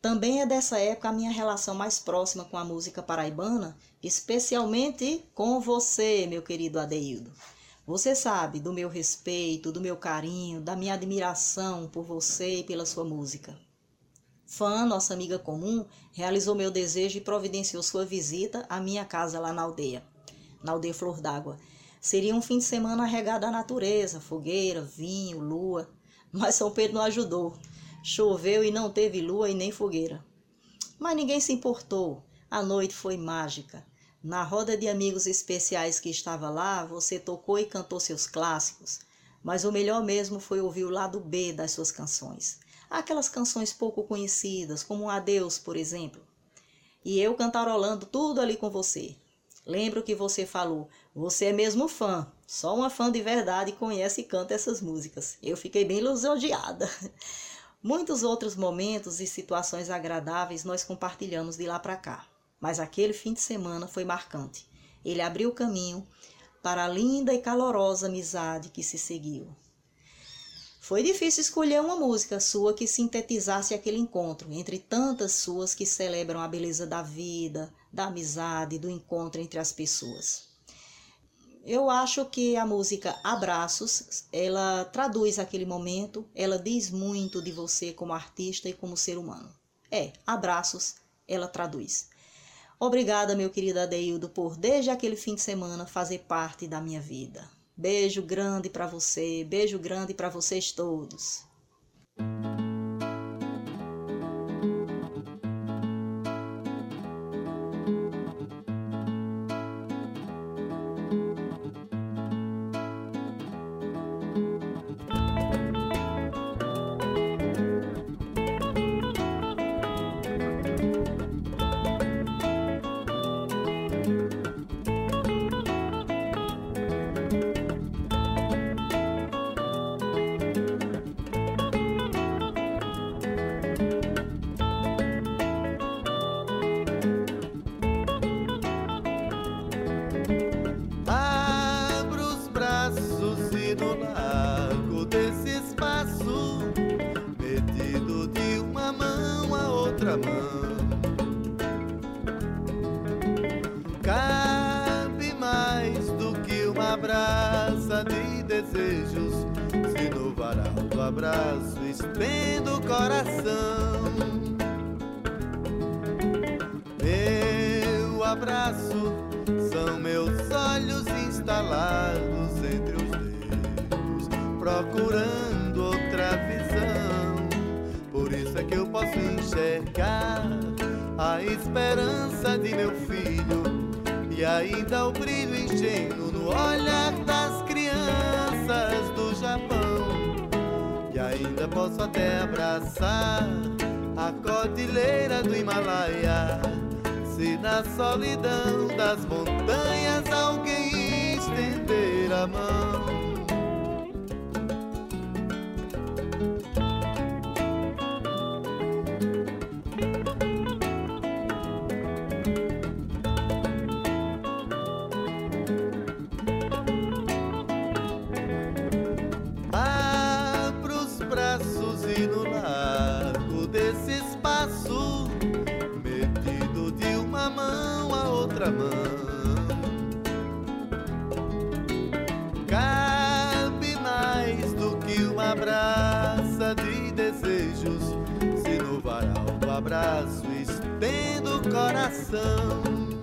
S12: Também é dessa época a minha relação mais próxima com a música paraibana, especialmente com você, meu querido Adeildo. Você sabe do meu respeito, do meu carinho, da minha admiração por você e pela sua música. Fã, nossa amiga comum, realizou meu desejo e providenciou sua visita à minha casa lá na aldeia Flor d'Água. Seria um fim de semana regado à natureza, fogueira, vinho, lua, mas São Pedro não ajudou. Choveu e não teve lua e nem fogueira. Mas ninguém se importou. A noite foi mágica. Na roda de amigos especiais que estava lá, você tocou e cantou seus clássicos. Mas o melhor mesmo foi ouvir o lado B das suas canções. Aquelas canções pouco conhecidas, como um Adeus, por exemplo. E eu cantarolando tudo ali com você. Lembro que você falou, você é mesmo fã. Só uma fã de verdade conhece e canta essas músicas. Eu fiquei bem lisonjeada. Muitos outros momentos e situações agradáveis nós compartilhamos de lá para cá. Mas aquele fim de semana foi marcante. Ele abriu o caminho para a linda e calorosa amizade que se seguiu. Foi difícil escolher uma música sua que sintetizasse aquele encontro, entre tantas suas que celebram a beleza da vida, da amizade, do encontro entre as pessoas. Eu acho que a música Abraços, ela traduz aquele momento, ela diz muito de você como artista e como ser humano. Abraços, ela traduz. Obrigada, meu querido Adeildo, por desde aquele fim de semana fazer parte da minha vida. Beijo grande para você, beijo grande para vocês todos.
S13: Cabe mais do que uma braça de desejos, se no varal do abraço estendo o coração. Meu abraço são meus olhos instalados entre os dedos, procurando outra visão. Por isso é que eu posso enxergar a esperança de meu filho e ainda o brilho ingênuo no olhar das crianças do Japão. E ainda posso até abraçar a cordilheira do Himalaia, se na solidão das montanhas alguém estender a mão. Cabe mais do que uma braça de desejos, se no varal do abraço estendo o coração.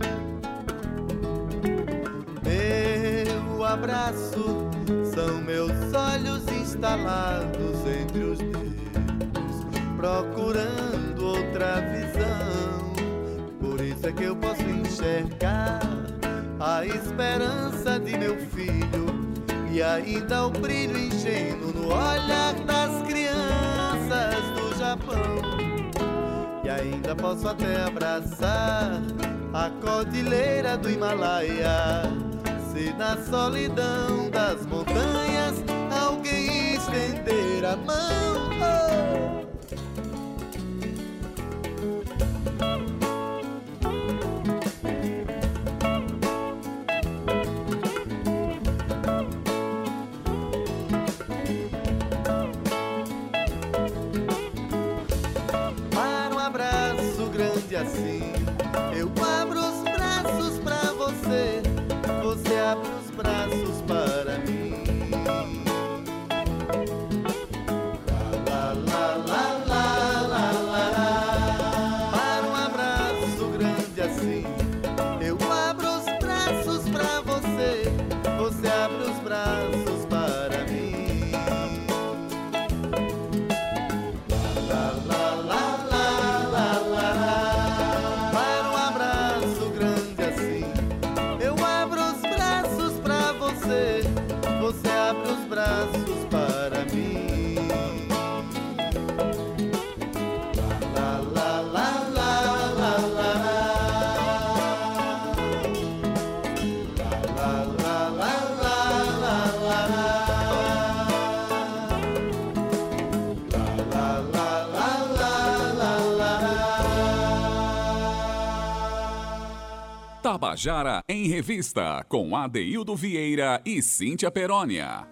S13: Meu abraço são meus olhos instalados entre os dedos, procurando outra visão. Por isso é que eu posso enxergar a esperança de meu filho e ainda o brilho ingênuo no olhar das crianças do Japão. E ainda posso até abraçar a cordilheira do Himalaia, se na solidão das montanhas alguém estender a mão. Oh! Para um abraço assim. Eu abro os braços pra você, você abre os braços para mim. La la la la la la la. Para um abraço grande assim. Eu abro os braços pra você, você abre os braços para mim. La la la la la la la. Para um abraço grande assim. Eu abro os braços pra você, você abre os braços para mim. La la la la la la la. La la la la la la la. La la la la la la la.
S1: Tabajara em Revista, com Adeildo Vieira e Cíntia Perônia.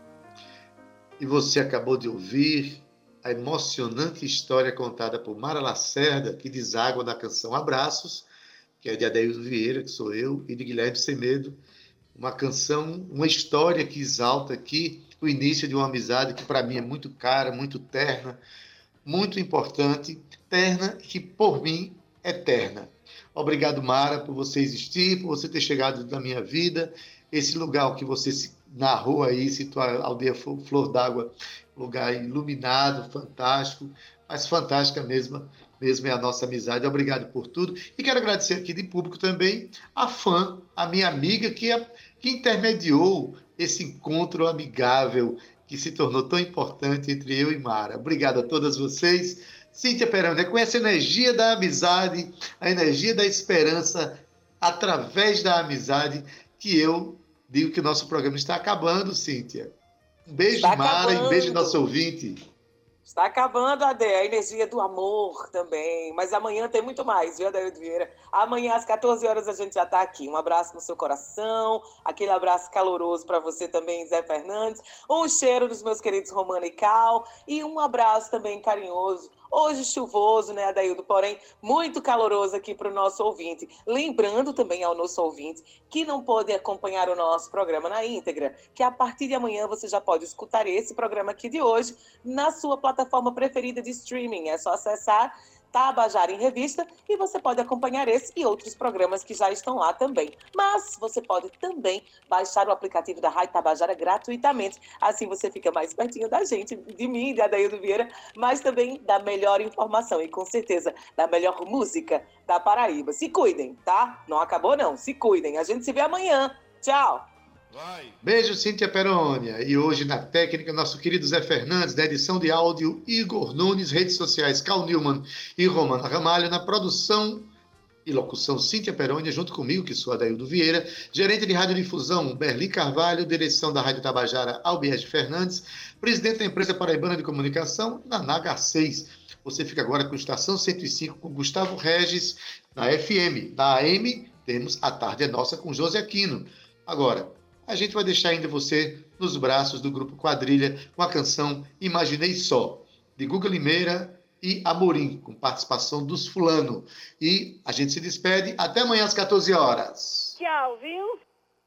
S2: E você acabou de ouvir a emocionante história contada por Mara Lacerda, que deságua na canção Abraços, que é de Adeildo Vieira, que sou eu, e de Guilherme Semedo. Uma canção, uma história que exalta aqui o início de uma amizade que para mim é muito cara, muito terna, muito importante, terna e que por mim é eterna. Obrigado, Mara, por você existir, por você ter chegado na minha vida, esse lugar que você narrou aí, citou a aldeia Flor d'Água, lugar iluminado, fantástico, mas fantástica mesmo é a nossa amizade. Obrigado por tudo. E quero agradecer aqui de público também a fã, a minha amiga, que intermediou esse encontro amigável que se tornou tão importante entre eu e Mara. Obrigado a todas vocês. Cíntia Perônia, com essa energia da amizade, a energia da esperança, através da amizade, que eu digo que o nosso programa está acabando, Cíntia. Um beijo, Mara, e um beijo nosso ouvinte.
S3: Está acabando, Ade, a energia do amor também. Mas amanhã tem muito mais, viu, Adeildo Vieira? Amanhã, às 14 horas, a gente já está aqui. Um abraço no seu coração, aquele abraço caloroso para você também, Zé Fernandes. Um cheiro dos meus queridos Romana e Cal. E um abraço também carinhoso. Hoje chuvoso, né, Adeildo? Porém, muito caloroso aqui para o nosso ouvinte. Lembrando também ao nosso ouvinte que não pode acompanhar o nosso programa na íntegra, que a partir de amanhã você já pode escutar esse programa aqui de hoje na sua plataforma preferida de streaming. É só acessar Tabajara em Revista e você pode acompanhar esse e outros programas que já estão lá também. Mas você pode também baixar o aplicativo da Rádio Tabajara gratuitamente. Assim você fica mais pertinho da gente, de mim, de Adeildo Vieira, mas também da melhor informação e com certeza da melhor música da Paraíba. Se cuidem, tá? Não acabou não, se cuidem. A gente se vê amanhã. Tchau!
S2: Vai. Beijo, Cíntia Perônia. E hoje na técnica, nosso querido Zé Fernandes, na edição de áudio, Igor Nunes, redes sociais, Cal Newman e Romana Ramalho, na produção e locução, Cíntia Perônia, junto comigo, que sou Adeildo Vieira, gerente de radiodifusão, Berlim Carvalho, direção da Rádio Tabajara, Albiege Fernandes, presidente da empresa paraibana de comunicação, Naná Garcês. Você fica agora com Estação 105, com Gustavo Regis, na FM. Na AM, temos A Tarde é Nossa, com José Aquino. Agora, a gente vai deixar ainda você nos braços do Grupo Quadrilha com a canção Imaginei Só, de Guga Limeira e Amorim, com participação dos Fulano. E a gente se despede. Até amanhã às 14 horas.
S4: Tchau, viu?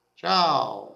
S2: Tchau.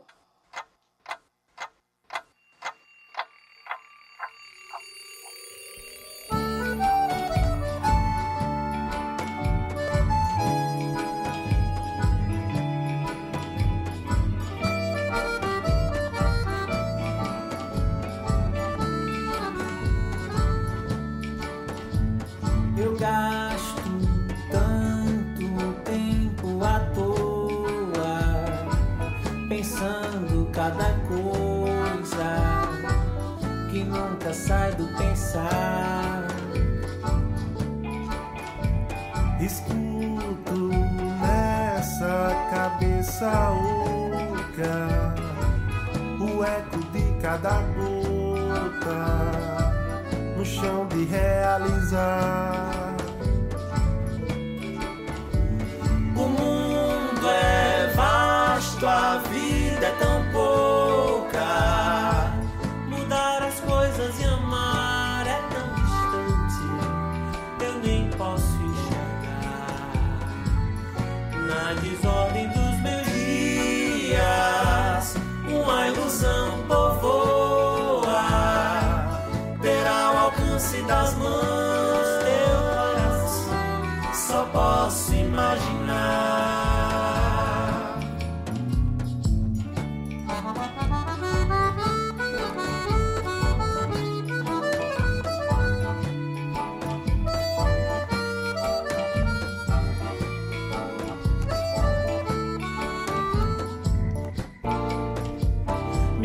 S11: Eu gasto tanto tempo à toa, pensando cada coisa que nunca sai do pensar.
S5: Escuto nessa cabeça oca o eco de cada gota no chão de realizar.
S11: O mundo é vasto, a vida é tão pouca. Mudar as coisas e amar é tão distante, eu nem posso enxergar.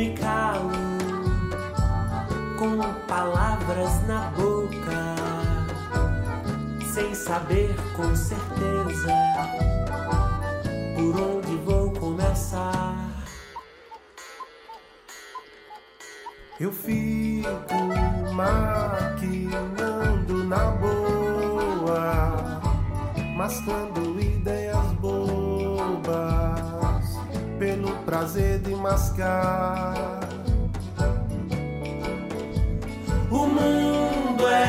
S5: me calo com palavras na boca, sem saber com certeza por onde vou começar. Eu fico maquinando na boa, mascando ideias bobas, pelo prazer de mascar. O mundo é